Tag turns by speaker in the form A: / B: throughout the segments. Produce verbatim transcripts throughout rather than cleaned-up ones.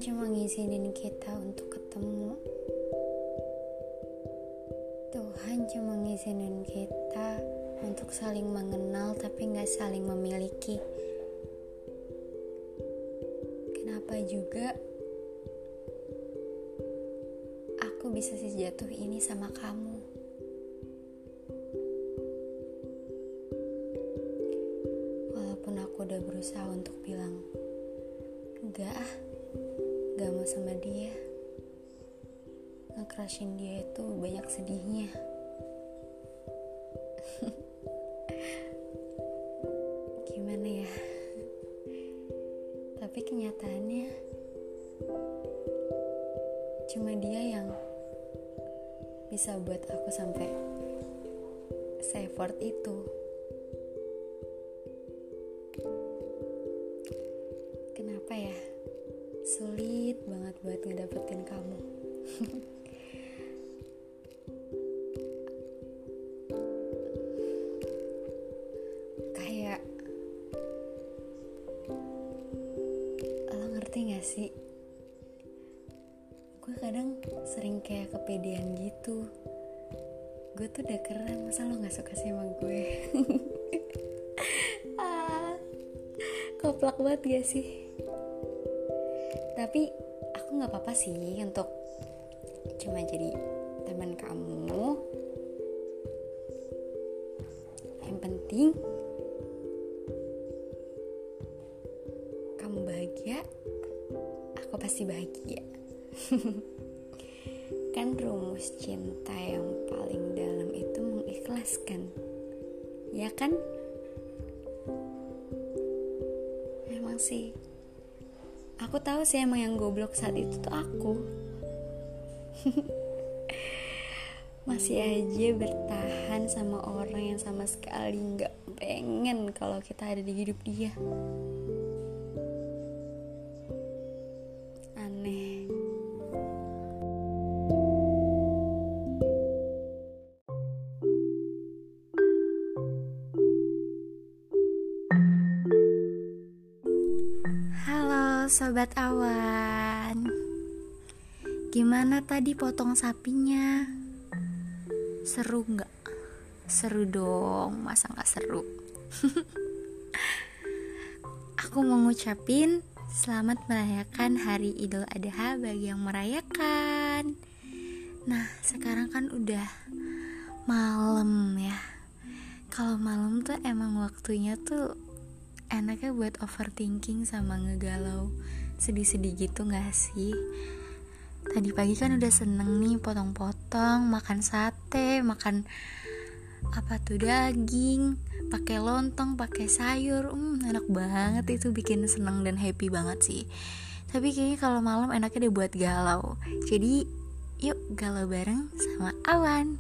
A: cuma ngizinin kita untuk ketemu. Tuhan cuma ngizinin kita untuk saling mengenal tapi gak saling memiliki. Kenapa juga aku bisa sejatuh ini sama kamu? Walaupun aku udah berusaha untuk bilang enggak ah, gak mau sama dia. Nge-crushin dia itu banyak sedihnya. Gimana ya? Tapi kenyataannya cuma dia yang bisa buat aku sampai se-effort itu. Kenapa ya? Sulit banget buat ngedapetin kamu. Kayak lo ngerti gak sih? Gue kadang sering kayak kepedean gitu. Gue tuh udah keren, masa lo gak suka sih sama gue? ah, Koplak banget gak sih? Tapi aku gak apa-apa sih untuk cuma jadi teman kamu. Yang penting kamu bahagia, aku pasti bahagia. Kan rumus cinta yang paling dalam itu mengikhlaskan, ya kan? Emang sih, aku tahu sih emang yang goblok saat itu tuh aku. Masih aja bertahan sama orang yang sama sekali gak pengen kalau kita ada di hidup dia. Aneh. Halo Sobat Awan, gimana tadi potong sapinya? Seru gak? Seru dong, masa gak seru? Aku mau ngucapin selamat merayakan Hari Idul Adha bagi yang merayakan. Nah, sekarang kan udah malam ya. Kalau malam tuh emang waktunya tuh enaknya buat overthinking sama ngegalau, sedih-sedih gitu gak sih? Tadi pagi kan udah seneng nih potong-potong, makan sate, makan apa tuh daging, pakai lontong, pakai sayur, hmm, enak banget itu, bikin seneng dan happy banget sih. Tapi kayaknya kalau malam enaknya deh buat galau. Jadi yuk galau bareng sama Awan.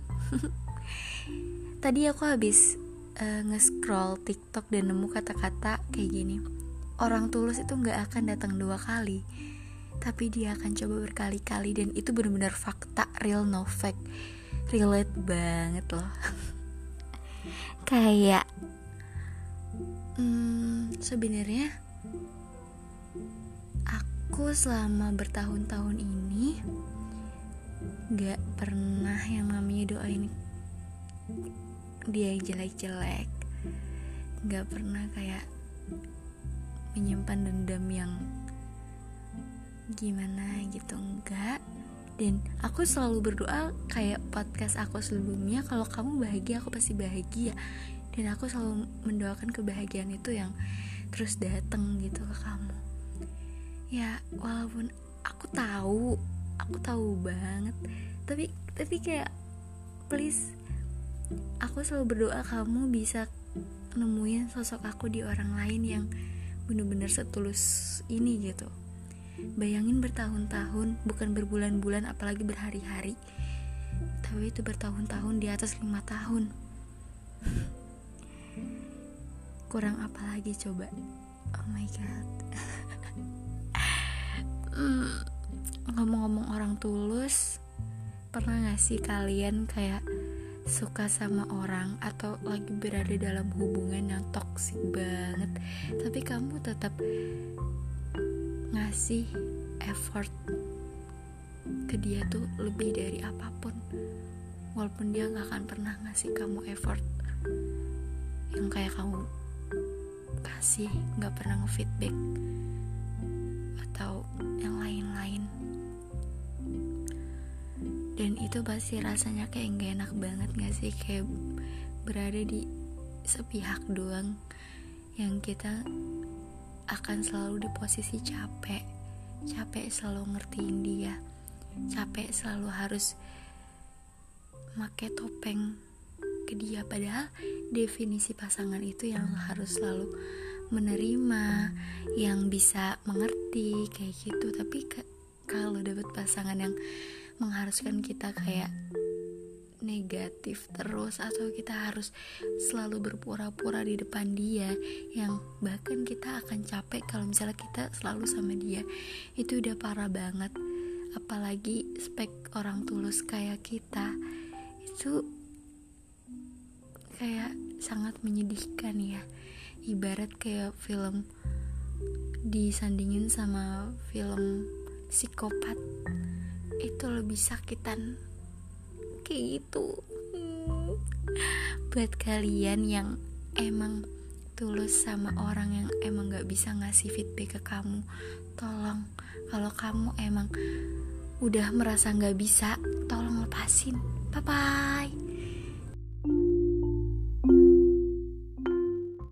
A: Tadi aku habis uh, nge-scroll TikTok dan nemu kata-kata kayak gini. Orang tulus itu gak akan datang dua kali, tapi dia akan coba berkali-kali. Dan itu benar-benar fakta, real no fake. Relate banget loh. Kayak hmm, sebenarnya aku selama bertahun-tahun ini gak pernah yang namanya doain dia jelek-jelek. Gak pernah kayak menyimpan dendam yang gimana gitu, enggak. Dan aku selalu berdoa kayak podcast aku sebelumnya, kalau kamu bahagia aku pasti bahagia. Dan aku selalu mendoakan kebahagiaan itu yang terus datang gitu ke kamu. Ya walaupun aku tahu, aku tahu banget, tapi tapi kayak please, aku selalu berdoa kamu bisa nemuin sosok aku di orang lain yang benar-benar setulus ini gitu. Bayangin bertahun-tahun, bukan berbulan-bulan, apalagi berhari-hari, tapi itu bertahun-tahun, di atas lima tahun. Kurang apa lagi coba? Oh my god. hmm, Ngomong-ngomong orang tulus, pernah gak sih kalian kayak suka sama orang atau lagi berada dalam hubungan yang toksik banget, tapi kamu tetap ngasih effort ke dia tuh lebih dari apapun, walaupun dia gak akan pernah ngasih kamu effort yang kayak kamu kasih, gak pernah nge-feedback atau yang lain-lain. Dan itu pasti rasanya kayak gak enak banget gak sih, kayak berada di sepihak doang, yang kita akan selalu di posisi capek capek selalu ngertiin dia, capek selalu harus pakai topeng ke dia, padahal definisi pasangan itu yang harus selalu menerima, yang bisa mengerti kayak gitu. Tapi ke- kalau dapat pasangan yang mengharuskan kita kayak negatif terus, atau kita harus selalu berpura-pura di depan dia, yang bahkan kita akan capek kalau misalnya kita selalu sama dia, itu udah parah banget. Apalagi spek orang tulus kayak kita, itu kayak sangat menyedihkan ya. Ibarat kayak film disandingin sama film psikopat, itu lebih sakitan kayak gitu. hmm. Buat kalian yang emang tulus sama orang yang emang gak bisa ngasih feedback ke kamu, tolong, kalau kamu emang udah merasa gak bisa, tolong lepasin. Bye bye.